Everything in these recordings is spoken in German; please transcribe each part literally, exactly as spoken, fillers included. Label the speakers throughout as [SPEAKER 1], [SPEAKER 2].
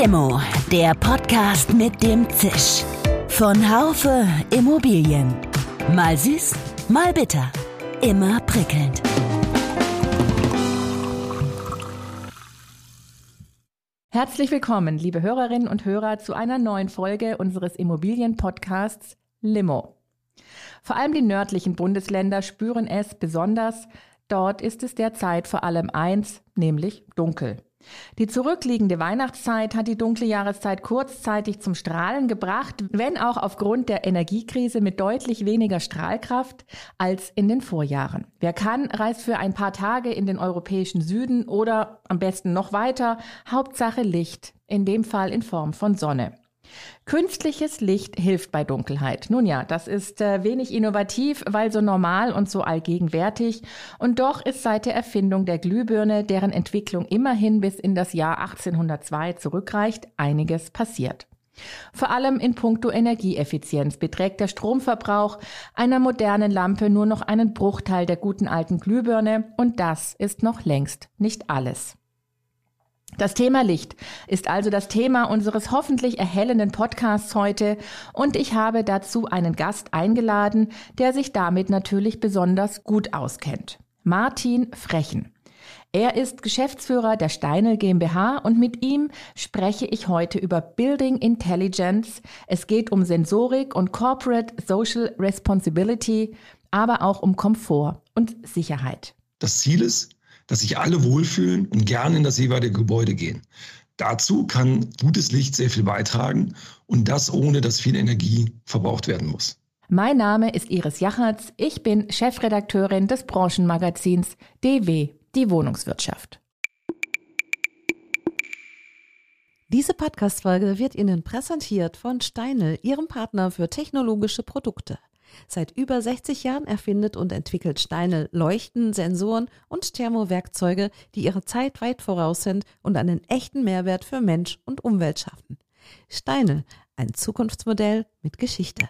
[SPEAKER 1] Limo, der Podcast mit dem Zisch. Von Haufe Immobilien. Mal süß, mal bitter. Immer prickelnd.
[SPEAKER 2] Herzlich willkommen, liebe Hörerinnen und Hörer, zu einer neuen Folge unseres Immobilien-Podcasts Limo. Vor allem die nördlichen Bundesländer spüren es besonders. Dort ist es derzeit vor allem eins, nämlich dunkel. Die zurückliegende Weihnachtszeit hat die dunkle Jahreszeit kurzzeitig zum Strahlen gebracht, wenn auch aufgrund der Energiekrise mit deutlich weniger Strahlkraft als in den Vorjahren. Wer kann, reist für ein paar Tage in den europäischen Süden oder am besten noch weiter. Hauptsache Licht, in dem Fall in Form von Sonne. Künstliches Licht hilft bei Dunkelheit. Nun ja, das ist äh, wenig innovativ, weil so normal und so allgegenwärtig. Und doch ist seit der Erfindung der Glühbirne, deren Entwicklung immerhin bis in das Jahr achtzehnhundertzwei zurückreicht, einiges passiert. Vor allem in puncto Energieeffizienz beträgt der Stromverbrauch einer modernen Lampe nur noch einen Bruchteil der guten alten Glühbirne. Und das ist noch längst nicht alles. Das Thema Licht ist also das Thema unseres hoffentlich erhellenden Podcasts heute und ich habe dazu einen Gast eingeladen, der sich damit natürlich besonders gut auskennt. Martin Frechen. Er ist Geschäftsführer der Steinl GmbH und mit ihm spreche ich heute über Building Intelligence. Es geht um Sensorik und Corporate Social Responsibility, aber auch um Komfort und Sicherheit.
[SPEAKER 3] Das Ziel ist, dass sich alle wohlfühlen und gerne in das jeweilige Gebäude gehen. Dazu kann gutes Licht sehr viel beitragen und das ohne, dass viel Energie verbraucht werden muss.
[SPEAKER 2] Mein Name ist Iris Jachertz. Ich bin Chefredakteurin des Branchenmagazins D W, die Wohnungswirtschaft.
[SPEAKER 4] Diese Podcast-Folge wird Ihnen präsentiert von Steinl, Ihrem Partner für technologische Produkte. Seit über sechzig Jahren erfindet und entwickelt Steinl Leuchten, Sensoren und Thermowerkzeuge, die ihre Zeit weit voraus sind und einen echten Mehrwert für Mensch und Umwelt schaffen. Steinl, ein Zukunftsmodell mit Geschichte.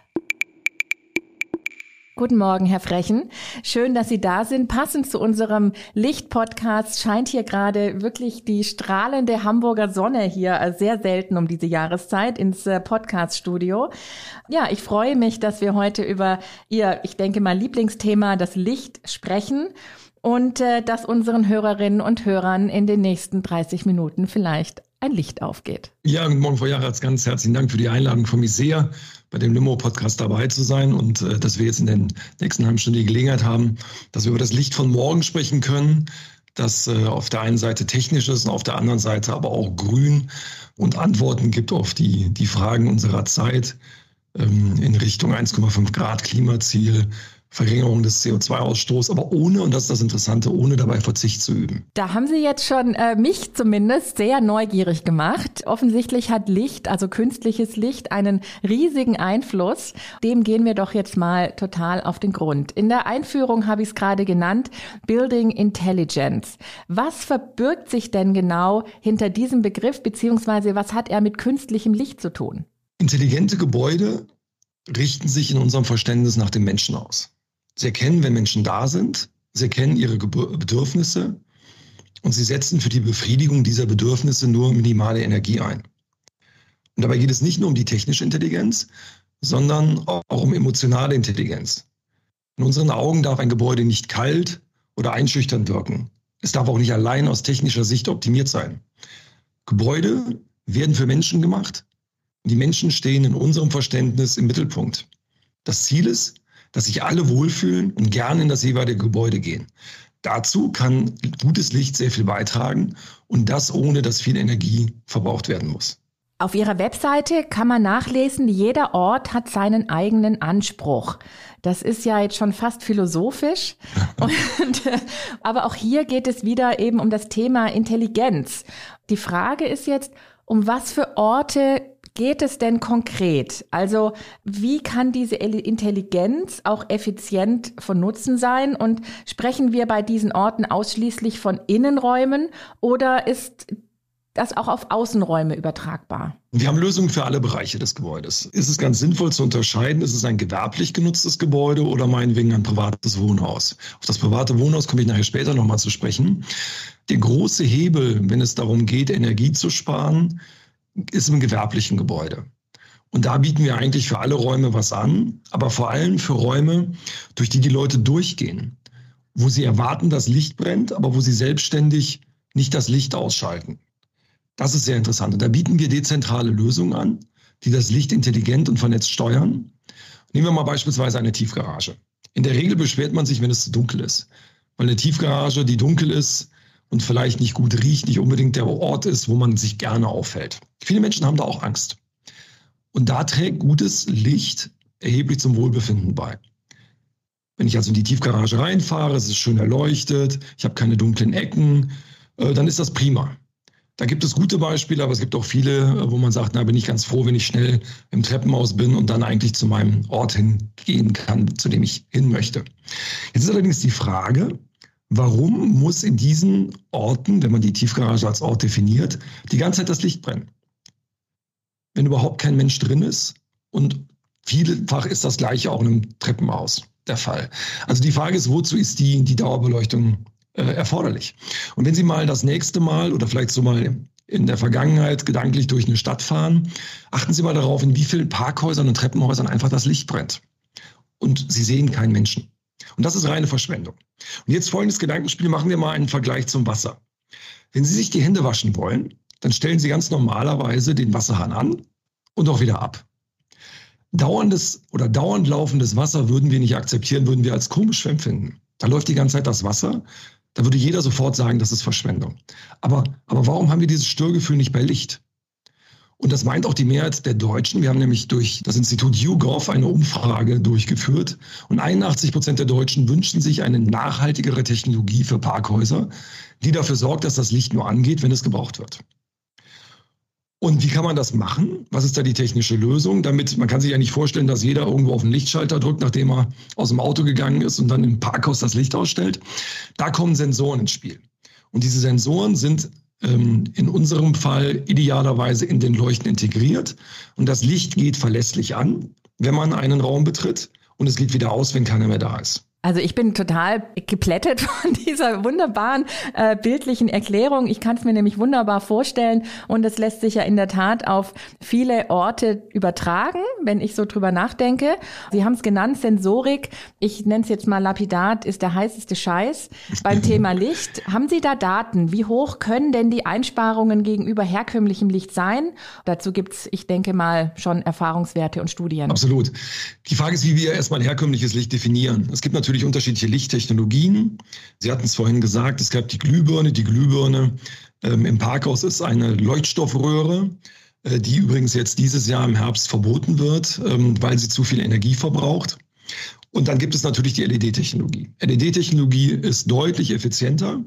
[SPEAKER 2] Guten Morgen, Herr Frechen. Schön, dass Sie da sind. Passend zu unserem Licht-Podcast scheint hier gerade wirklich die strahlende Hamburger Sonne hier sehr selten um diese Jahreszeit ins Podcast-Studio. Ja, ich freue mich, dass wir heute über Ihr, ich denke mal, Lieblingsthema, das Licht, sprechen und äh, dass unseren Hörerinnen und Hörern in den nächsten dreißig Minuten vielleicht ein Licht aufgeht.
[SPEAKER 3] Ja, guten Morgen, Frau Jachertz. Ganz herzlichen Dank für die Einladung. Ich freue mich sehr, bei dem Limo-Podcast dabei zu sein und äh, dass wir jetzt in den nächsten halben Stunden die Gelegenheit haben, dass wir über das Licht von morgen sprechen können, das äh, auf der einen Seite technisch ist und auf der anderen Seite aber auch grün und Antworten gibt auf die, die Fragen unserer Zeit ähm, in Richtung eins Komma fünf Grad Klimaziel, Verringerung des C O zwei Ausstoßes, aber ohne, und das ist das Interessante, ohne dabei Verzicht zu üben.
[SPEAKER 2] Da haben Sie jetzt schon äh, mich zumindest sehr neugierig gemacht. Offensichtlich hat Licht, also künstliches Licht, einen riesigen Einfluss. Dem gehen wir doch jetzt mal total auf den Grund. In der Einführung habe ich es gerade genannt, Building Intelligence. Was verbirgt sich denn genau hinter diesem Begriff, beziehungsweise was hat er mit künstlichem Licht zu tun?
[SPEAKER 3] Intelligente Gebäude richten sich in unserem Verständnis nach dem Menschen aus. Sie erkennen, wenn Menschen da sind, sie erkennen ihre Gebür- Bedürfnisse und sie setzen für die Befriedigung dieser Bedürfnisse nur minimale Energie ein. Und dabei geht es nicht nur um die technische Intelligenz, sondern auch um emotionale Intelligenz. In unseren Augen darf ein Gebäude nicht kalt oder einschüchternd wirken. Es darf auch nicht allein aus technischer Sicht optimiert sein. Gebäude werden für Menschen gemacht. Die Menschen stehen in unserem Verständnis im Mittelpunkt. Das Ziel ist, dass sich alle wohlfühlen und gerne in das jeweilige Gebäude gehen. Dazu kann gutes Licht sehr viel beitragen und das ohne, dass viel Energie verbraucht werden muss.
[SPEAKER 2] Auf Ihrer Webseite kann man nachlesen, jeder Ort hat seinen eigenen Anspruch. Das ist ja jetzt schon fast philosophisch. Und, aber auch hier geht es wieder eben um das Thema Intelligenz. Die Frage ist jetzt, um was für Orte geht es denn konkret? Also wie kann diese Intelligenz auch effizient von Nutzen sein? Und sprechen wir bei diesen Orten ausschließlich von Innenräumen oder ist das auch auf Außenräume übertragbar?
[SPEAKER 3] Wir haben Lösungen für alle Bereiche des Gebäudes. Ist es ganz sinnvoll zu unterscheiden, ist es ein gewerblich genutztes Gebäude oder meinetwegen ein privates Wohnhaus? Auf das private Wohnhaus komme ich nachher später nochmal zu sprechen. Der große Hebel, wenn es darum geht, Energie zu sparen, ist im gewerblichen Gebäude. Und da bieten wir eigentlich für alle Räume was an, aber vor allem für Räume, durch die die Leute durchgehen, wo sie erwarten, dass Licht brennt, aber wo sie selbstständig nicht das Licht ausschalten. Das ist sehr interessant. Und da bieten wir dezentrale Lösungen an, die das Licht intelligent und vernetzt steuern. Nehmen wir mal beispielsweise eine Tiefgarage. In der Regel beschwert man sich, wenn es zu dunkel ist. Weil eine Tiefgarage, die dunkel ist und vielleicht nicht gut riecht, nicht unbedingt der Ort ist, wo man sich gerne aufhält. Viele Menschen haben da auch Angst. Und da trägt gutes Licht erheblich zum Wohlbefinden bei. Wenn ich also in die Tiefgarage reinfahre, es ist schön erleuchtet, ich habe keine dunklen Ecken, äh, dann ist das prima. Da gibt es gute Beispiele, aber es gibt auch viele, wo man sagt, na, bin ich ganz froh, wenn ich schnell im Treppenhaus bin und dann eigentlich zu meinem Ort hingehen kann, zu dem ich hin möchte. Jetzt ist allerdings die Frage, warum muss in diesen Orten, wenn man die Tiefgarage als Ort definiert, die ganze Zeit das Licht brennen? Wenn überhaupt kein Mensch drin ist, und vielfach ist das Gleiche auch in einem Treppenhaus der Fall. Also die Frage ist, wozu ist die, die Dauerbeleuchtung äh, erforderlich? Und wenn Sie mal das nächste Mal oder vielleicht so mal in der Vergangenheit gedanklich durch eine Stadt fahren, achten Sie mal darauf, in wie vielen Parkhäusern und Treppenhäusern einfach das Licht brennt. Und Sie sehen keinen Menschen. Und das ist reine Verschwendung. Und jetzt folgendes Gedankenspiel, machen wir mal einen Vergleich zum Wasser. Wenn Sie sich die Hände waschen wollen, dann stellen Sie ganz normalerweise den Wasserhahn an und auch wieder ab. Dauerndes oder dauernd laufendes Wasser würden wir nicht akzeptieren, würden wir als komisch empfinden. Da läuft die ganze Zeit das Wasser, da würde jeder sofort sagen, das ist Verschwendung. Aber, aber warum haben wir dieses Störgefühl nicht bei Licht? Und das meint auch die Mehrheit der Deutschen. Wir haben nämlich durch das Institut YouGov eine Umfrage durchgeführt und einundachtzig Prozent der Deutschen wünschen sich eine nachhaltigere Technologie für Parkhäuser, die dafür sorgt, dass das Licht nur angeht, wenn es gebraucht wird. Und wie kann man das machen? Was ist da die technische Lösung? Damit, man kann sich ja nicht vorstellen, dass jeder irgendwo auf den Lichtschalter drückt, nachdem er aus dem Auto gegangen ist und dann im Parkhaus das Licht ausstellt. Da kommen Sensoren ins Spiel. Und diese Sensoren sind ähm, in unserem Fall idealerweise in den Leuchten integriert. Und das Licht geht verlässlich an, wenn man einen Raum betritt. Und es geht wieder aus, wenn keiner mehr da ist.
[SPEAKER 2] Also ich bin total geplättet von dieser wunderbaren äh, bildlichen Erklärung. Ich kann es mir nämlich wunderbar vorstellen und es lässt sich ja in der Tat auf viele Orte übertragen, wenn ich so drüber nachdenke. Sie haben es genannt, Sensorik. Ich nenne es jetzt mal lapidar, ist der heißeste Scheiß beim Thema Licht. Haben Sie da Daten? Wie hoch können denn die Einsparungen gegenüber herkömmlichem Licht sein? Dazu gibt es, ich denke mal, schon Erfahrungswerte und Studien.
[SPEAKER 3] Absolut. Die Frage ist, wie wir erstmal herkömmliches Licht definieren. Es gibt natürlich unterschiedliche Lichttechnologien. Sie hatten es vorhin gesagt, es gab die Glühbirne. Die Glühbirne ähm, im Parkhaus ist eine Leuchtstoffröhre, äh, die übrigens jetzt dieses Jahr im Herbst verboten wird, ähm, weil sie zu viel Energie verbraucht. Und dann gibt es natürlich die L E D-Technologie. L E D-Technologie ist deutlich effizienter,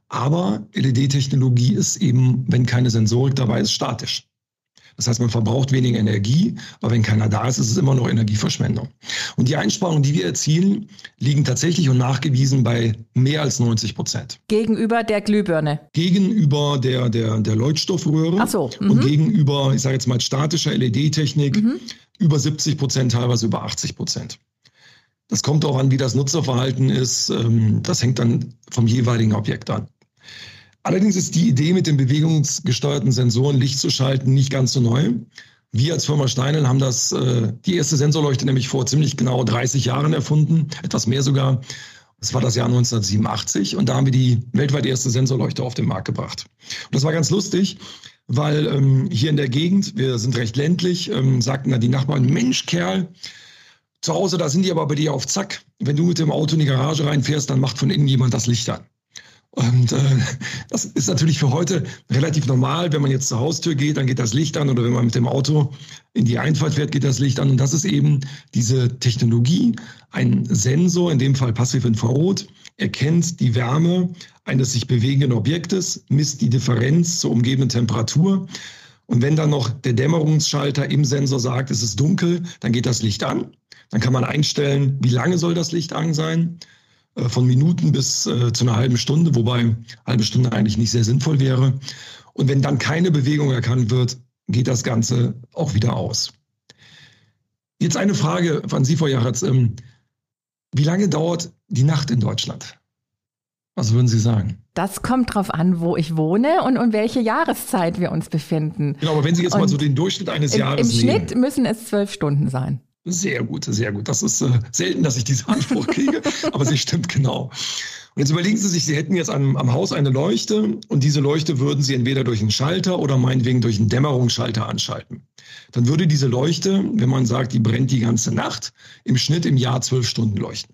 [SPEAKER 3] aber L E D-Technologie ist eben, wenn keine Sensorik dabei ist, statisch. Das heißt, man verbraucht weniger Energie, aber wenn keiner da ist, ist es immer noch Energieverschwendung. Und die Einsparungen, die wir erzielen, liegen tatsächlich und nachgewiesen bei mehr als neunzig Prozent.
[SPEAKER 2] Gegenüber der Glühbirne?
[SPEAKER 3] Gegenüber der, der, der Leuchtstoffröhre.
[SPEAKER 2] Ach so.
[SPEAKER 3] Mhm. Und gegenüber, ich sage jetzt mal, statischer L E D-Technik mhm. über siebzig Prozent, teilweise über achtzig Prozent. Das kommt auch an, wie das Nutzerverhalten ist. Das hängt dann vom jeweiligen Objekt an. Allerdings ist die Idee, mit den bewegungsgesteuerten Sensoren Licht zu schalten, nicht ganz so neu. Wir als Firma Steinl haben das, äh, die erste Sensorleuchte nämlich vor ziemlich genau dreißig Jahren erfunden, etwas mehr sogar. Das war das Jahr neunzehnhundertsiebenundachtzig und da haben wir die weltweit erste Sensorleuchte auf den Markt gebracht. Und das war ganz lustig, weil ähm, hier in der Gegend, wir sind recht ländlich, ähm, sagten dann die Nachbarn, Mensch Kerl, zu Hause, da sind die aber bei dir auf Zack. Wenn du mit dem Auto in die Garage reinfährst, dann macht von innen jemand das Licht an. Und äh, das ist natürlich für heute relativ normal. Wenn man jetzt zur Haustür geht, dann geht das Licht an. Oder wenn man mit dem Auto in die Einfahrt fährt, geht das Licht an. Und das ist eben diese Technologie. Ein Sensor, in dem Fall Passivinfrarot, erkennt die Wärme eines sich bewegenden Objektes, misst die Differenz zur umgebenden Temperatur. Und wenn dann noch der Dämmerungsschalter im Sensor sagt, es ist dunkel, dann geht das Licht an. Dann kann man einstellen, wie lange soll das Licht an sein. Von Minuten bis äh, zu einer halben Stunde, wobei eine halbe Stunde eigentlich nicht sehr sinnvoll wäre. Und wenn dann keine Bewegung erkannt wird, geht das Ganze auch wieder aus. Jetzt eine Frage an Sie, Frau Jachatz. Ähm, wie lange dauert die Nacht in Deutschland? Was würden Sie sagen?
[SPEAKER 2] Das kommt drauf an, wo ich wohne und um welche Jahreszeit wir uns befinden.
[SPEAKER 3] Genau, aber wenn Sie jetzt und mal so den Durchschnitt eines
[SPEAKER 2] im,
[SPEAKER 3] Jahres
[SPEAKER 2] im
[SPEAKER 3] nehmen.
[SPEAKER 2] Im Schnitt müssen es zwölf Stunden sein.
[SPEAKER 3] Sehr gut, sehr gut. Das ist äh, selten, dass ich diesen Anspruch kriege, aber sie stimmt genau. Und jetzt überlegen Sie sich, Sie hätten jetzt am, am Haus eine Leuchte und diese Leuchte würden Sie entweder durch einen Schalter oder meinetwegen durch einen Dämmerungsschalter anschalten. Dann würde diese Leuchte, wenn man sagt, die brennt die ganze Nacht, im Schnitt im Jahr zwölf Stunden leuchten.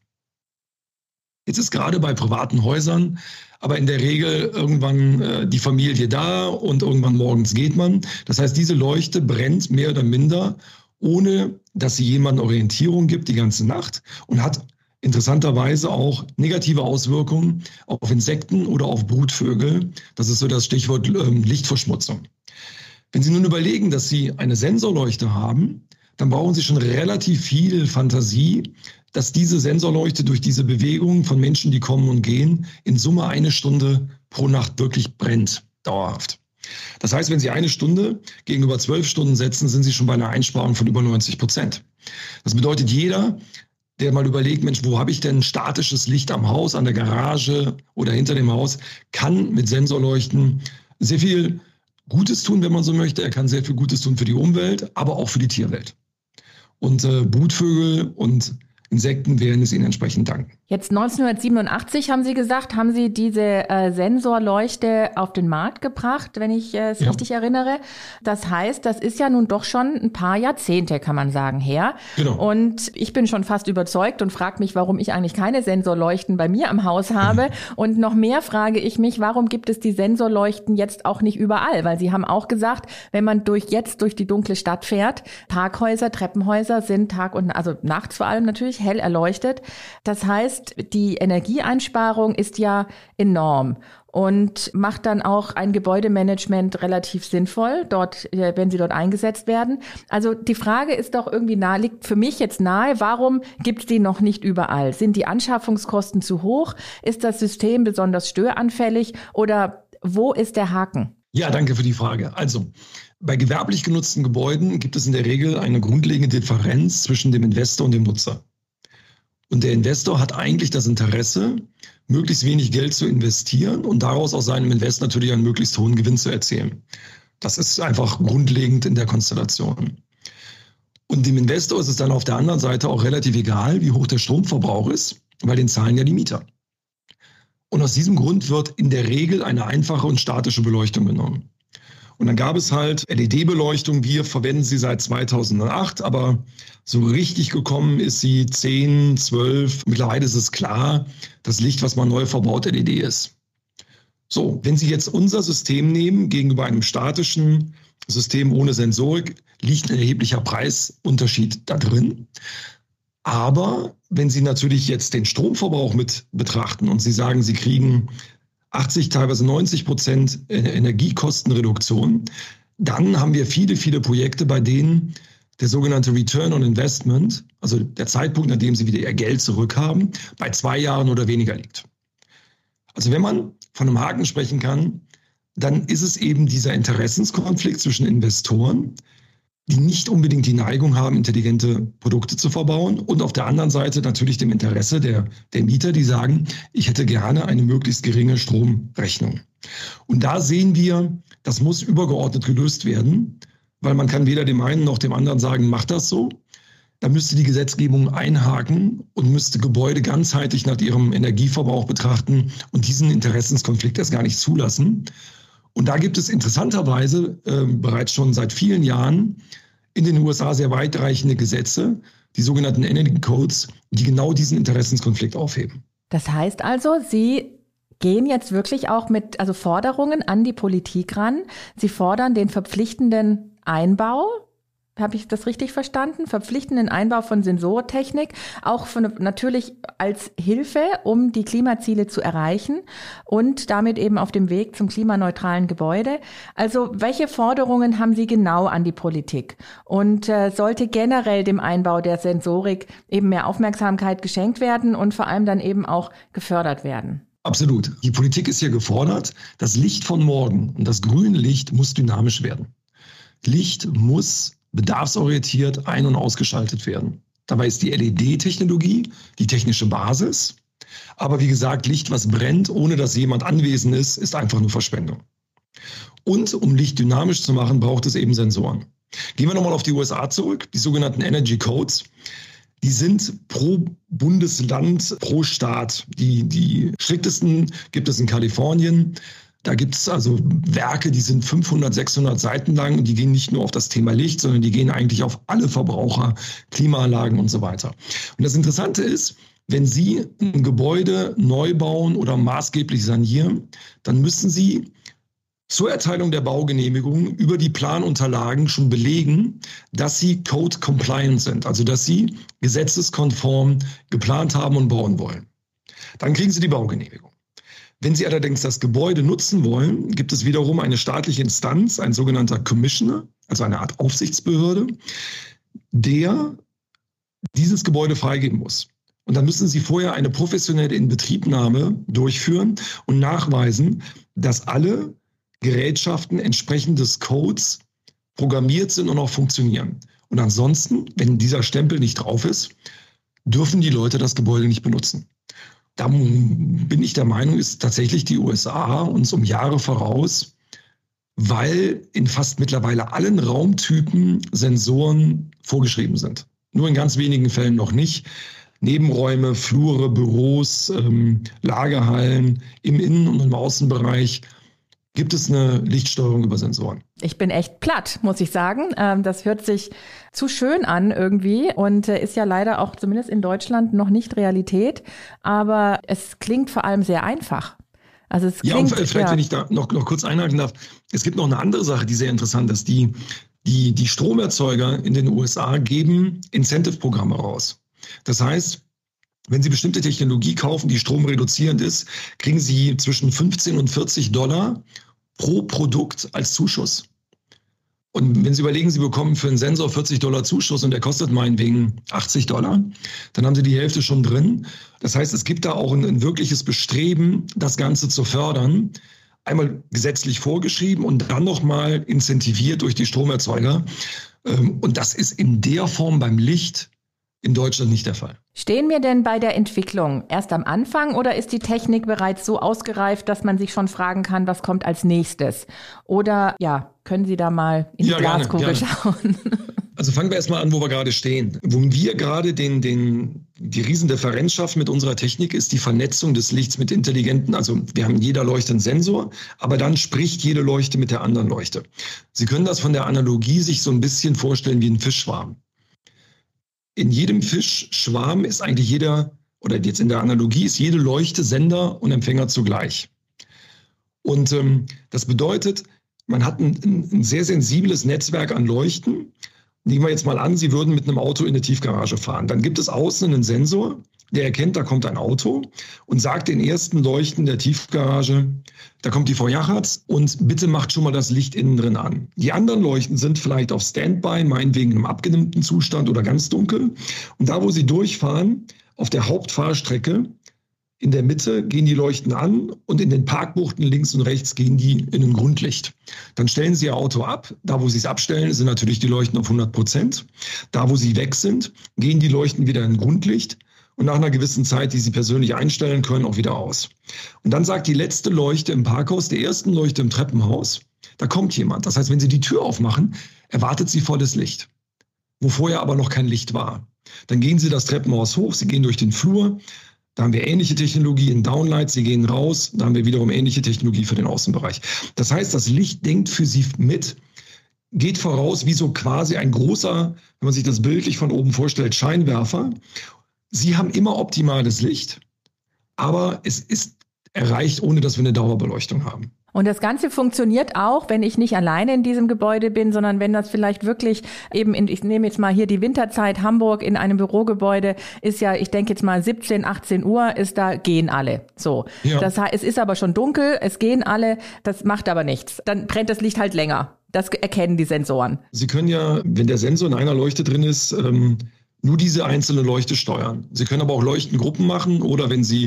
[SPEAKER 3] Jetzt ist gerade bei privaten Häusern aber in der Regel irgendwann äh, die Familie da und irgendwann morgens geht man. Das heißt, diese Leuchte brennt mehr oder minder, ohne dass sie jemandem Orientierung gibt die ganze Nacht und hat interessanterweise auch negative Auswirkungen auf Insekten oder auf Brutvögel. Das ist so das Stichwort ähm, Lichtverschmutzung. Wenn Sie nun überlegen, dass Sie eine Sensorleuchte haben, dann brauchen Sie schon relativ viel Fantasie, dass diese Sensorleuchte durch diese Bewegung von Menschen, die kommen und gehen, in Summe eine Stunde pro Nacht wirklich brennt, dauerhaft. Das heißt, wenn Sie eine Stunde gegenüber zwölf Stunden setzen, sind Sie schon bei einer Einsparung von über neunzig Prozent. Das bedeutet, jeder, der mal überlegt, Mensch, wo habe ich denn statisches Licht am Haus, an der Garage oder hinter dem Haus, kann mit Sensorleuchten sehr viel Gutes tun, wenn man so möchte. Er kann sehr viel Gutes tun für die Umwelt, aber auch für die Tierwelt. Und äh, Brutvögel und Insekten werden es Ihnen entsprechend danken.
[SPEAKER 2] Jetzt neunzehnhundertsiebenundachtzig, haben Sie gesagt, haben Sie diese äh, Sensorleuchte auf den Markt gebracht, wenn ich äh, es ja. richtig erinnere. Das heißt, das ist ja nun doch schon ein paar Jahrzehnte, kann man sagen, her. Genau. Und ich bin schon fast überzeugt und frage mich, warum ich eigentlich keine Sensorleuchten bei mir am Haus habe. Mhm. Und noch mehr frage ich mich, warum gibt es die Sensorleuchten jetzt auch nicht überall? Weil Sie haben auch gesagt, wenn man durch jetzt durch die dunkle Stadt fährt, Parkhäuser, Treppenhäuser sind Tag und also nachts vor allem natürlich hell erleuchtet. Das heißt, die Energieeinsparung ist ja enorm und macht dann auch ein Gebäudemanagement relativ sinnvoll, dort, wenn sie dort eingesetzt werden. Also die Frage ist doch irgendwie nahe, liegt für mich jetzt nahe, warum gibt es die noch nicht überall? Sind die Anschaffungskosten zu hoch? Ist das System besonders störanfällig oder wo ist der Haken?
[SPEAKER 3] Ja, danke für die Frage. Also, bei gewerblich genutzten Gebäuden gibt es in der Regel eine grundlegende Differenz zwischen dem Investor und dem Nutzer. Und der Investor hat eigentlich das Interesse, möglichst wenig Geld zu investieren und daraus aus seinem Invest natürlich einen möglichst hohen Gewinn zu erzielen. Das ist einfach grundlegend in der Konstellation. Und dem Investor ist es dann auf der anderen Seite auch relativ egal, wie hoch der Stromverbrauch ist, weil den zahlen ja die Mieter. Und aus diesem Grund wird in der Regel eine einfache und statische Beleuchtung genommen. Und dann gab es halt L E D-Beleuchtung. Wir verwenden sie seit zweitausendacht, aber so richtig gekommen ist sie zehn, zwölf. Mittlerweile ist es klar, das Licht, was man neu verbaut, L E D ist. So, wenn Sie jetzt unser System nehmen gegenüber einem statischen System ohne Sensorik, liegt ein erheblicher Preisunterschied da drin. Aber wenn Sie natürlich jetzt den Stromverbrauch mit betrachten und Sie sagen, Sie kriegen achtzig, teilweise neunzig Prozent Energiekostenreduktion, dann haben wir viele, viele Projekte, bei denen der sogenannte Return on Investment, also der Zeitpunkt, an dem Sie wieder Ihr Geld zurückhaben, bei zwei Jahren oder weniger liegt. Also wenn man von einem Haken sprechen kann, dann ist es eben dieser Interessenskonflikt zwischen Investoren, die nicht unbedingt die Neigung haben, intelligente Produkte zu verbauen. Und auf der anderen Seite natürlich dem Interesse der, der Mieter, die sagen, ich hätte gerne eine möglichst geringe Stromrechnung. Und da sehen wir, das muss übergeordnet gelöst werden, weil man kann weder dem einen noch dem anderen sagen, mach das so. Da müsste die Gesetzgebung einhaken und müsste Gebäude ganzheitlich nach ihrem Energieverbrauch betrachten und diesen Interessenskonflikt erst gar nicht zulassen. Und da gibt es interessanterweise äh, bereits schon seit vielen Jahren in den U S A sehr weitreichende Gesetze, die sogenannten Energy Codes, die genau diesen Interessenskonflikt aufheben.
[SPEAKER 2] Das heißt also, Sie gehen jetzt wirklich auch mit also Forderungen an die Politik ran. Sie fordern den verpflichtenden Einbau. Habe ich das richtig verstanden? Verpflichtenden Einbau von Sensortechnik, auch von, natürlich als Hilfe, um die Klimaziele zu erreichen und damit eben auf dem Weg zum klimaneutralen Gebäude. Also welche Forderungen haben Sie genau an die Politik? Und äh, sollte generell dem Einbau der Sensorik eben mehr Aufmerksamkeit geschenkt werden und vor allem dann eben auch gefördert werden?
[SPEAKER 3] Absolut. Die Politik ist hier gefordert. Das Licht von morgen und das grüne Licht muss dynamisch werden. Licht muss bedarfsorientiert ein- und ausgeschaltet werden. Dabei ist die L E D-Technologie die technische Basis. Aber wie gesagt, Licht, was brennt, ohne dass jemand anwesend ist, ist einfach nur Verschwendung. Und um Licht dynamisch zu machen, braucht es eben Sensoren. Gehen wir nochmal auf die U S A zurück, die sogenannten Energy Codes. Die sind pro Bundesland, pro Staat. Die, die striktesten gibt es in Kalifornien. Da gibt es also Werke, die sind fünfhundert, sechshundert Seiten lang und die gehen nicht nur auf das Thema Licht, sondern die gehen eigentlich auf alle Verbraucher, Klimaanlagen und so weiter. Und das Interessante ist, wenn Sie ein Gebäude neu bauen oder maßgeblich sanieren, dann müssen Sie zur Erteilung der Baugenehmigung über die Planunterlagen schon belegen, dass Sie Code-compliant sind, also dass Sie gesetzeskonform geplant haben und bauen wollen. Dann kriegen Sie die Baugenehmigung. Wenn Sie allerdings das Gebäude nutzen wollen, gibt es wiederum eine staatliche Instanz, ein sogenannter Commissioner, also eine Art Aufsichtsbehörde, der dieses Gebäude freigeben muss. Und dann müssen Sie vorher eine professionelle Inbetriebnahme durchführen und nachweisen, dass alle Gerätschaften entsprechend des Codes programmiert sind und auch funktionieren. Und ansonsten, wenn dieser Stempel nicht drauf ist, dürfen die Leute das Gebäude nicht benutzen. Da bin ich der Meinung, ist tatsächlich die U S A uns um Jahre voraus, weil in fast mittlerweile allen Raumtypen Sensoren vorgeschrieben sind. Nur in ganz wenigen Fällen noch nicht. Nebenräume, Flure, Büros, ähm, Lagerhallen im Innen- und im Außenbereich gibt es eine Lichtsteuerung über Sensoren.
[SPEAKER 2] Ich bin echt platt, muss ich sagen. Das hört sich zu schön an irgendwie und ist ja leider auch zumindest in Deutschland noch nicht Realität. Aber es klingt vor allem sehr einfach. Also es
[SPEAKER 3] ja,
[SPEAKER 2] klingt,
[SPEAKER 3] und vielleicht,
[SPEAKER 2] ja.
[SPEAKER 3] wenn ich da noch, noch kurz einhaken darf, es gibt noch eine andere Sache, die sehr interessant ist. Die, die, die Stromerzeuger in den U S A geben Incentive-Programme raus. Das heißt, wenn Sie bestimmte Technologie kaufen, die stromreduzierend ist, kriegen Sie zwischen fünfzehn und vierzig Dollar pro Produkt als Zuschuss. Und wenn Sie überlegen, Sie bekommen für einen Sensor vierzig Dollar Zuschuss und der kostet meinetwegen achtzig Dollar, dann haben Sie die Hälfte schon drin. Das heißt, es gibt da auch ein, ein wirkliches Bestreben, das Ganze zu fördern. Einmal gesetzlich vorgeschrieben und dann nochmal incentiviert durch die Stromerzeuger. Und das ist in der Form beim Licht in Deutschland nicht der Fall.
[SPEAKER 2] Stehen wir denn bei der Entwicklung erst am Anfang oder ist die Technik bereits so ausgereift, dass man sich schon fragen kann, was kommt als nächstes? Oder ja, können Sie da mal in die
[SPEAKER 3] ja,
[SPEAKER 2] Glaskugel
[SPEAKER 3] gerne,
[SPEAKER 2] schauen?
[SPEAKER 3] Also fangen wir erstmal an, wo wir gerade stehen. Wo wir gerade den, den, die Riesendifferenz schaffen mit unserer Technik, ist die Vernetzung des Lichts mit intelligenten, also wir haben jeder Leuchte einen Sensor, aber dann spricht jede Leuchte mit der anderen Leuchte. Sie können das von der Analogie sich so ein bisschen vorstellen wie ein Fischschwarm. In jedem Fischschwarm ist eigentlich jeder, oder jetzt in der Analogie, ist jede Leuchte Sender und Empfänger zugleich. Und ähm, das bedeutet, man hat ein, ein sehr sensibles Netzwerk an Leuchten. Nehmen wir jetzt mal an, Sie würden mit einem Auto in eine Tiefgarage fahren. Dann gibt es außen einen Sensor, der erkennt, da kommt ein Auto und sagt den ersten Leuchten der Tiefgarage, da kommt die Frau Jachatz und bitte macht schon mal das Licht innen drin an. Die anderen Leuchten sind vielleicht auf Standby, meinetwegen im abgedimmten Zustand oder ganz dunkel. Und da, wo Sie durchfahren, auf der Hauptfahrstrecke, in der Mitte gehen die Leuchten an und in den Parkbuchten links und rechts gehen die in ein Grundlicht. Dann stellen Sie Ihr Auto ab. Da, wo Sie es abstellen, sind natürlich die Leuchten auf hundert Prozent. Da, wo Sie weg sind, gehen die Leuchten wieder in Grundlicht und nach einer gewissen Zeit, die Sie persönlich einstellen können, auch wieder aus. Und dann sagt die letzte Leuchte im Parkhaus, der ersten Leuchte im Treppenhaus, da kommt jemand. Das heißt, wenn Sie die Tür aufmachen, erwartet Sie volles Licht, wo vorher aber noch kein Licht war. Dann gehen Sie das Treppenhaus hoch, Sie gehen durch den Flur. Da haben wir ähnliche Technologie in Downlights, Sie gehen raus, da haben wir wiederum ähnliche Technologie für den Außenbereich. Das heißt, das Licht denkt für Sie mit, geht voraus wie so quasi ein großer, wenn man sich das bildlich von oben vorstellt, Scheinwerfer. Sie haben immer optimales Licht, aber es ist erreicht, ohne dass wir eine Dauerbeleuchtung haben.
[SPEAKER 2] Und das Ganze funktioniert auch, wenn ich nicht alleine in diesem Gebäude bin, sondern wenn das vielleicht wirklich eben, in, ich nehme jetzt mal hier die Winterzeit, Hamburg in einem Bürogebäude ist ja, ich denke jetzt mal siebzehn, achtzehn Uhr, ist da, gehen alle. So. Ja. Das heißt, es ist aber schon dunkel, es gehen alle, das macht aber nichts. Dann brennt das Licht halt länger. Das erkennen die Sensoren. Sie können ja, wenn der Sensor in einer Leuchte drin ist, ähm, nur diese einzelne Leuchte steuern. Sie können aber auch Leuchtengruppen machen oder wenn Sie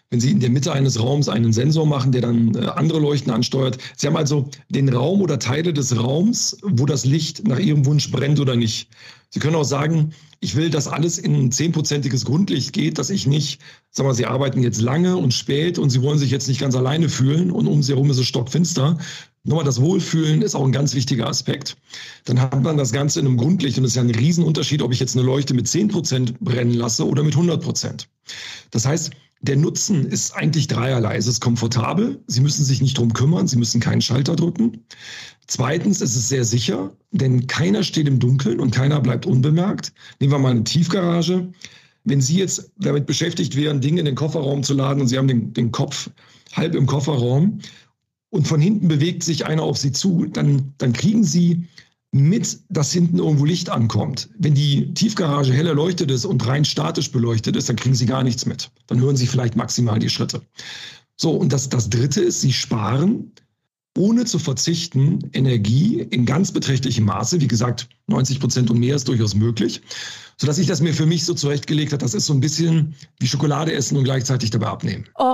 [SPEAKER 3] wenn Sie in der Mitte eines Raums einen Sensor machen, der dann äh, andere Leuchten ansteuert. Sie haben also den Raum oder Teile des Raums, wo das Licht nach Ihrem Wunsch brennt oder nicht. Sie können auch sagen, ich will, dass alles in ein zehnprozentiges Grundlicht geht, dass ich nicht, sagen wir, Sie arbeiten jetzt lange und spät und Sie wollen sich jetzt nicht ganz alleine fühlen und um Sie herum ist es stockfinster. Nochmal, das Wohlfühlen ist auch ein ganz wichtiger Aspekt. Dann hat man das Ganze in einem Grundlicht und es ist ja ein Riesenunterschied, ob ich jetzt eine Leuchte mit zehn Prozent brennen lasse oder mit hundert Prozent. Das heißt, der Nutzen ist eigentlich dreierlei. Es ist komfortabel, Sie müssen sich nicht drum kümmern, Sie müssen keinen Schalter drücken. Zweitens ist es sehr sicher, denn keiner steht im Dunkeln und keiner bleibt unbemerkt. Nehmen wir mal eine Tiefgarage. Wenn Sie jetzt damit beschäftigt wären, Dinge in den Kofferraum zu laden und Sie haben den, den Kopf halb im Kofferraum und von hinten bewegt sich einer auf Sie zu, dann, dann kriegen Sie mit, dass hinten irgendwo Licht ankommt. Wenn die Tiefgarage hell erleuchtet ist und rein statisch beleuchtet ist, dann kriegen Sie gar nichts mit. Dann hören Sie vielleicht maximal die Schritte. So, und das, das Dritte ist, Sie sparen, ohne zu verzichten, Energie in ganz beträchtlichem Maße. Wie gesagt, neunzig Prozent und mehr ist durchaus möglich. Sodass ich das mir für mich so zurechtgelegt habe, das ist so ein bisschen wie Schokolade essen und gleichzeitig dabei abnehmen.
[SPEAKER 2] Oh,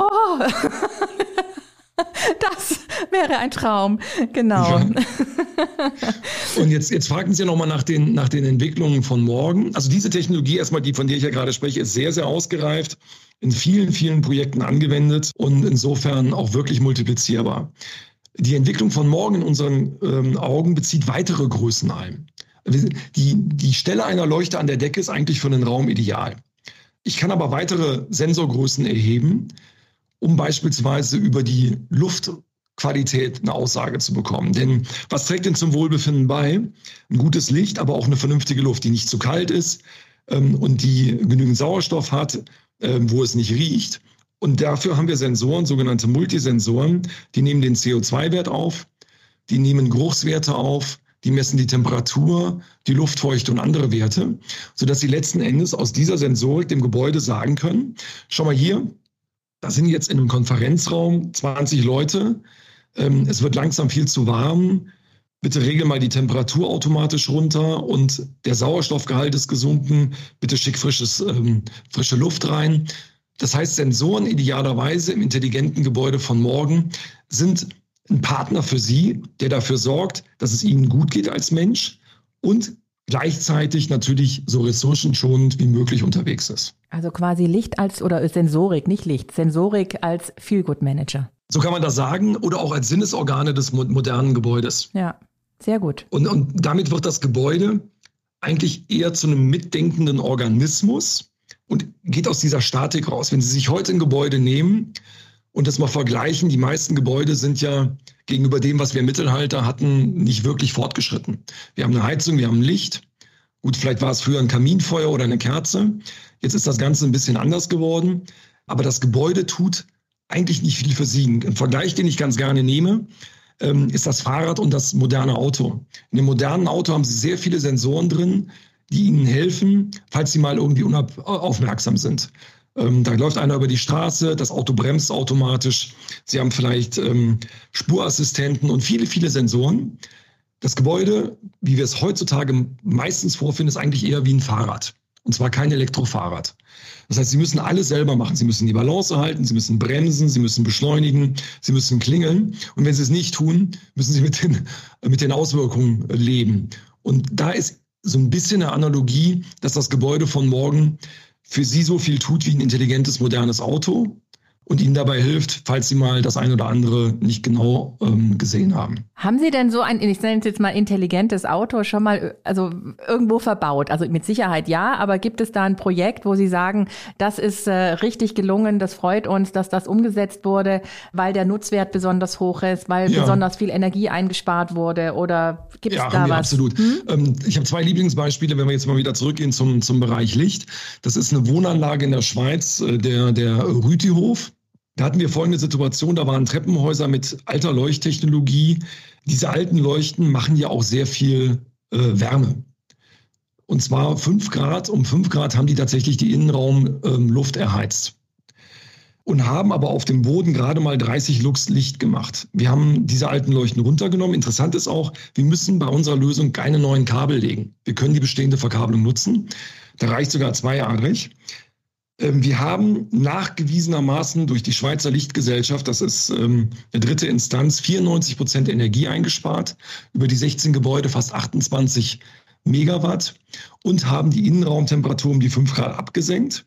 [SPEAKER 2] das wäre ein Traum, genau.
[SPEAKER 3] Ja. Und jetzt, jetzt fragten Sie ja nochmal nach den, nach den Entwicklungen von morgen. Also diese Technologie erstmal, die von der ich ja gerade spreche, ist sehr, sehr ausgereift, in vielen, vielen Projekten angewendet und insofern auch wirklich multiplizierbar. Die Entwicklung von morgen in unseren ähm, Augen bezieht weitere Größen ein. Die, die Stelle einer Leuchte an der Decke ist eigentlich für einen Raum ideal. Ich kann aber weitere Sensorgrößen erheben, um beispielsweise über die Luftqualität eine Aussage zu bekommen. Denn was trägt denn zum Wohlbefinden bei? Ein gutes Licht, aber auch eine vernünftige Luft, die nicht zu kalt ist ähm, und die genügend Sauerstoff hat, ähm, wo es nicht riecht. Und dafür haben wir Sensoren, sogenannte Multisensoren, die nehmen den C O zwei Wert auf, die nehmen Geruchswerte auf, die messen die Temperatur, die Luftfeuchte und andere Werte, sodass sie letzten Endes aus dieser Sensorik dem Gebäude sagen können, schau mal hier, da sind jetzt in einem Konferenzraum zwanzig Leute, ähm, es wird langsam viel zu warm, bitte regel mal die Temperatur automatisch runter und der Sauerstoffgehalt ist gesunken, bitte schick frisches, ähm, frische Luft rein. Das heißt, Sensoren idealerweise im intelligenten Gebäude von morgen sind ein Partner für Sie, der dafür sorgt, dass es Ihnen gut geht als Mensch und gleichzeitig natürlich so ressourcenschonend wie möglich unterwegs ist.
[SPEAKER 2] Also quasi Licht als, oder Sensorik, nicht Licht, Sensorik als Feel-Good-Manager.
[SPEAKER 3] So kann man das sagen oder auch als Sinnesorgane des mo- modernen Gebäudes.
[SPEAKER 2] Ja, sehr gut.
[SPEAKER 3] Und, und damit wird das Gebäude eigentlich eher zu einem mitdenkenden Organismus und geht aus dieser Statik raus. Wenn Sie sich heute ein Gebäude nehmen und das mal vergleichen, die meisten Gebäude sind ja gegenüber dem, was wir im Mittelalter hatten, nicht wirklich fortgeschritten. Wir haben eine Heizung, wir haben ein Licht. Gut, vielleicht war es früher ein Kaminfeuer oder eine Kerze. Jetzt ist das Ganze ein bisschen anders geworden. Aber das Gebäude tut eigentlich nicht viel für Sie. Ein Vergleich, den ich ganz gerne nehme, ist das Fahrrad und das moderne Auto. In dem modernen Auto haben Sie sehr viele Sensoren drin, die Ihnen helfen, falls Sie mal irgendwie unaufmerksam sind. Ähm, da läuft einer über die Straße, das Auto bremst automatisch. Sie haben vielleicht ähm, Spurassistenten und viele, viele Sensoren. Das Gebäude, wie wir es heutzutage meistens vorfinden, ist eigentlich eher wie ein Fahrrad. Und zwar kein Elektrofahrrad. Das heißt, Sie müssen alles selber machen. Sie müssen die Balance halten, Sie müssen bremsen, Sie müssen beschleunigen, Sie müssen klingeln. Und wenn Sie es nicht tun, müssen Sie mit den, mit den Auswirkungen leben. Und da ist so ein bisschen eine Analogie, dass das Gebäude von morgen für Sie so viel tut wie ein intelligentes, modernes Auto und Ihnen dabei hilft, falls Sie mal das ein oder andere nicht genau ähm, gesehen haben.
[SPEAKER 2] Haben Sie denn so ein, ich nenne es jetzt mal intelligentes Auto, schon mal also irgendwo verbaut? Also mit Sicherheit ja, aber gibt es da ein Projekt, wo Sie sagen, das ist äh, richtig gelungen, das freut uns, dass das umgesetzt wurde, weil der Nutzwert besonders hoch ist, weil ja. besonders viel Energie eingespart wurde, oder gibt es
[SPEAKER 3] ja,
[SPEAKER 2] da
[SPEAKER 3] haben wir
[SPEAKER 2] was?
[SPEAKER 3] Absolut. Hm? Ähm, ich habe zwei Lieblingsbeispiele, wenn wir jetzt mal wieder zurückgehen zum, zum Bereich Licht. Das ist eine Wohnanlage in der Schweiz, äh, der, der Rütihof. Da hatten wir folgende Situation, da waren Treppenhäuser mit alter Leuchttechnologie. Diese alten Leuchten machen ja auch sehr viel äh, Wärme. Und zwar fünf Grad, um fünf Grad haben die tatsächlich die Innenraumluft ähm, erheizt. Und haben aber auf dem Boden gerade mal dreißig Lux Licht gemacht. Wir haben diese alten Leuchten runtergenommen. Interessant ist auch, wir müssen bei unserer Lösung keine neuen Kabel legen. Wir können die bestehende Verkabelung nutzen. Da reicht sogar zweijährig. Wir haben nachgewiesenermaßen durch die Schweizer Lichtgesellschaft, das ist ähm, eine dritte Instanz, vierundneunzig Prozent Energie eingespart, über die sechzehn Gebäude fast achtundzwanzig Megawatt und haben die Innenraumtemperatur um die fünf Grad abgesenkt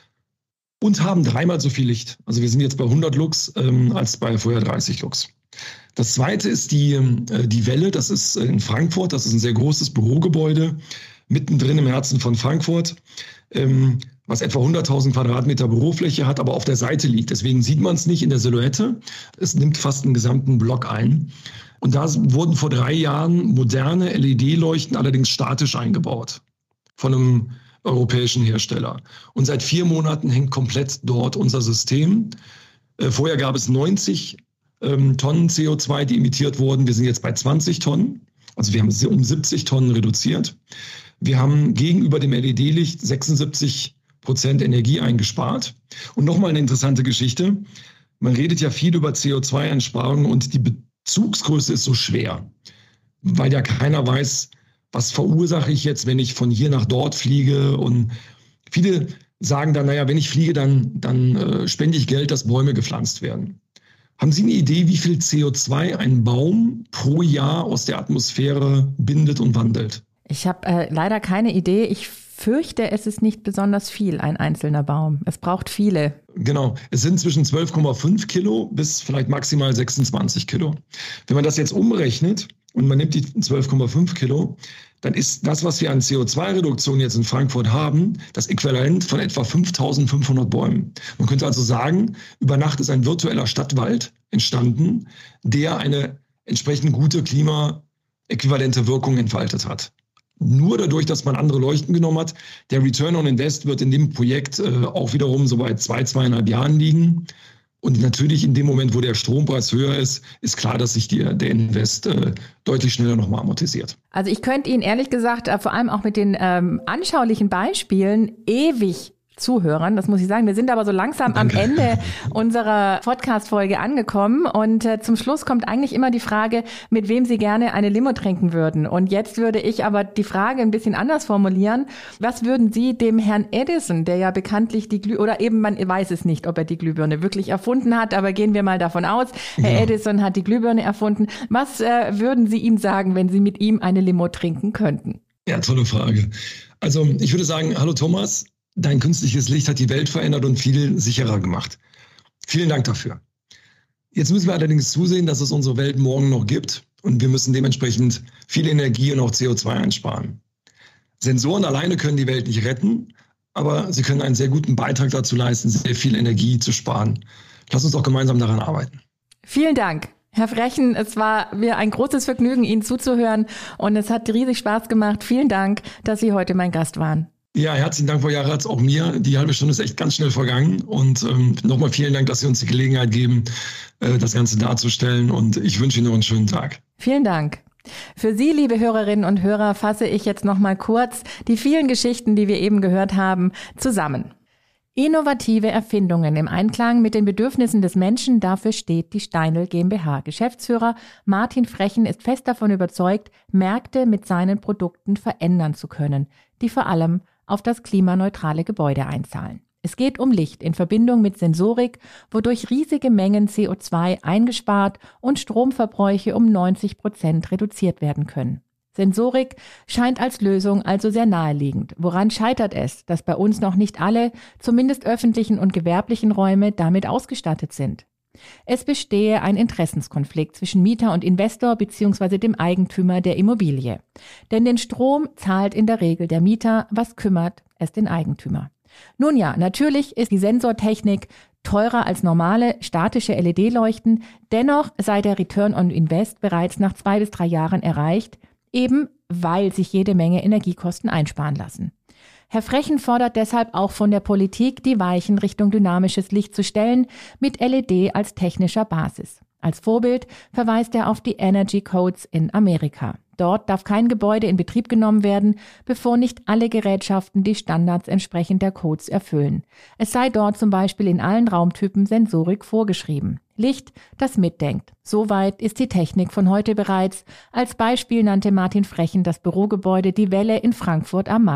[SPEAKER 3] und haben dreimal so viel Licht. Also wir sind jetzt bei hundert Lux ähm, als bei vorher dreißig Lux. Das zweite ist die, äh, die Welle, das ist in Frankfurt, das ist ein sehr großes Bürogebäude, mittendrin im Herzen von Frankfurt, ähm, was etwa hunderttausend Quadratmeter Bürofläche hat, aber auf der Seite liegt. Deswegen sieht man es nicht in der Silhouette. Es nimmt fast einen gesamten Block ein. Und da wurden vor drei Jahren moderne L E D-Leuchten allerdings statisch eingebaut von einem europäischen Hersteller. Und seit vier Monaten hängt komplett dort unser System. Äh, vorher gab es neunzig ähm, Tonnen C O zwei, die emittiert wurden. Wir sind jetzt bei zwanzig Tonnen. Also wir haben um siebzig Tonnen reduziert. Wir haben gegenüber dem L E D-Licht sechsundsiebzig Prozent Energie eingespart. Und nochmal eine interessante Geschichte. Man redet ja viel über C O zwei Einsparungen und die Bezugsgröße ist so schwer, weil ja keiner weiß, was verursache ich jetzt, wenn ich von hier nach dort fliege. Und viele sagen dann, naja, wenn ich fliege, dann, dann äh, spende ich Geld, dass Bäume gepflanzt werden. Haben Sie eine Idee, wie viel C O zwei ein Baum pro Jahr aus der Atmosphäre bindet und wandelt?
[SPEAKER 2] Ich habe äh, leider keine Idee. Ich fürchte, es ist nicht besonders viel, ein einzelner Baum. Es braucht viele.
[SPEAKER 3] Genau, es sind zwischen zwölf Komma fünf Kilo bis vielleicht maximal sechsundzwanzig Kilo. Wenn man das jetzt umrechnet und man nimmt die zwölf Komma fünf Kilo, dann ist das, was wir an C O zwei Reduktion jetzt in Frankfurt haben, das Äquivalent von etwa fünftausendfünfhundert Bäumen. Man könnte also sagen, über Nacht ist ein virtueller Stadtwald entstanden, der eine entsprechend gute klimaäquivalente Wirkung entfaltet hat. Nur dadurch, dass man andere Leuchten genommen hat. Der Return on Invest wird in dem Projekt äh, auch wiederum so bei zwei, zweieinhalb Jahren liegen. Und natürlich in dem Moment, wo der Strompreis höher ist, ist klar, dass sich die, der Invest äh, deutlich schneller nochmal amortisiert.
[SPEAKER 2] Also ich könnte Ihnen ehrlich gesagt, äh, vor allem auch mit den ähm, anschaulichen Beispielen, ewig zuhören. Das muss ich sagen. Wir sind aber so langsam Danke. am Ende unserer Podcast-Folge angekommen und äh, zum Schluss kommt eigentlich immer die Frage, mit wem Sie gerne eine Limo trinken würden. Und jetzt würde ich aber die Frage ein bisschen anders formulieren. Was würden Sie dem Herrn Edison, der ja bekanntlich die Glüh- oder eben man weiß es nicht, ob er die Glühbirne wirklich erfunden hat, aber gehen wir mal davon aus, ja. Herr Edison hat die Glühbirne erfunden. Was äh, würden Sie ihm sagen, wenn Sie mit ihm eine Limo trinken könnten?
[SPEAKER 3] Ja, tolle Frage. Also ich würde sagen, hallo Thomas, dein künstliches Licht hat die Welt verändert und viel sicherer gemacht. Vielen Dank dafür. Jetzt müssen wir allerdings zusehen, dass es unsere Welt morgen noch gibt und wir müssen dementsprechend viel Energie und auch C O zwei einsparen. Sensoren alleine können die Welt nicht retten, aber sie können einen sehr guten Beitrag dazu leisten, sehr viel Energie zu sparen. Lass uns doch gemeinsam daran arbeiten.
[SPEAKER 2] Vielen Dank. Herr Frechen, es war mir ein großes Vergnügen, Ihnen zuzuhören und es hat riesig Spaß gemacht. Vielen Dank, dass Sie heute mein Gast waren.
[SPEAKER 3] Ja, herzlichen Dank, Frau Jaratz, auch mir. Die halbe Stunde ist echt ganz schnell vergangen. Und ähm, nochmal vielen Dank, dass Sie uns die Gelegenheit geben, äh, das Ganze darzustellen. Und ich wünsche Ihnen noch einen schönen Tag.
[SPEAKER 2] Vielen Dank. Für Sie, liebe Hörerinnen und Hörer, fasse ich jetzt nochmal kurz die vielen Geschichten, die wir eben gehört haben, zusammen. Innovative Erfindungen im Einklang mit den Bedürfnissen des Menschen, dafür steht die Steinl GmbH. Geschäftsführer Martin Frechen ist fest davon überzeugt, Märkte mit seinen Produkten verändern zu können, die vor allem auf das klimaneutrale Gebäude einzahlen. Es geht um Licht in Verbindung mit Sensorik, wodurch riesige Mengen C O zwei eingespart und Stromverbräuche um neunzig Prozent reduziert werden können. Sensorik scheint als Lösung also sehr naheliegend. Woran scheitert es, dass bei uns noch nicht alle, zumindest öffentlichen und gewerblichen Räume damit ausgestattet sind? Es bestehe ein Interessenskonflikt zwischen Mieter und Investor bzw. dem Eigentümer der Immobilie. Denn den Strom zahlt in der Regel der Mieter, was kümmert es den Eigentümer? Nun ja, natürlich ist die Sensortechnik teurer als normale statische L E D-Leuchten, dennoch sei der Return on Invest bereits nach zwei bis drei Jahren erreicht, eben weil sich jede Menge Energiekosten einsparen lassen. Herr Frechen fordert deshalb auch von der Politik, die Weichen Richtung dynamisches Licht zu stellen, mit L E D als technischer Basis. Als Vorbild verweist er auf die Energy Codes in Amerika. Dort darf kein Gebäude in Betrieb genommen werden, bevor nicht alle Gerätschaften die Standards entsprechend der Codes erfüllen. Es sei dort zum Beispiel in allen Raumtypen Sensorik vorgeschrieben. Licht, das mitdenkt. Soweit ist die Technik von heute bereits. Als Beispiel nannte Martin Frechen das Bürogebäude Die Welle in Frankfurt am Main.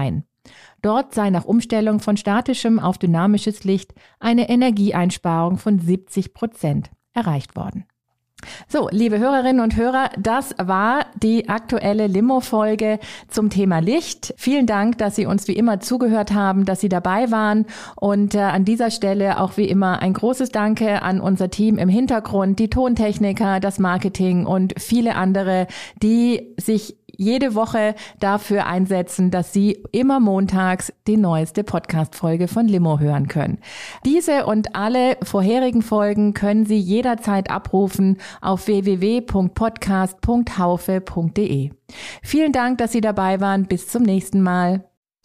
[SPEAKER 2] Dort sei nach Umstellung von statischem auf dynamisches Licht eine Energieeinsparung von siebzig Prozent erreicht worden. So, liebe Hörerinnen und Hörer, das war die aktuelle Limo-Folge zum Thema Licht. Vielen Dank, dass Sie uns wie immer zugehört haben, dass Sie dabei waren. Und äh, an dieser Stelle auch wie immer ein großes Danke an unser Team im Hintergrund, die Tontechniker, das Marketing und viele andere, die sich jede Woche dafür einsetzen, dass Sie immer montags die neueste Podcast-Folge von Limo hören können. Diese und alle vorherigen Folgen können Sie jederzeit abrufen auf w w w punkt podcast punkt haufe punkt d e. Vielen Dank, dass Sie dabei waren. Bis zum nächsten Mal.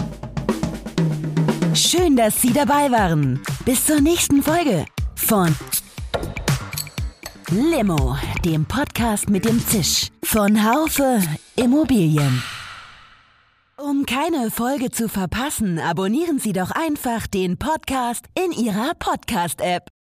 [SPEAKER 1] Schön, dass Sie dabei waren. Bis zur nächsten Folge von Limo, dem Podcast mit dem Zisch von Haufe Immobilien. Um keine Folge zu verpassen, abonnieren Sie doch einfach den Podcast in Ihrer Podcast-App.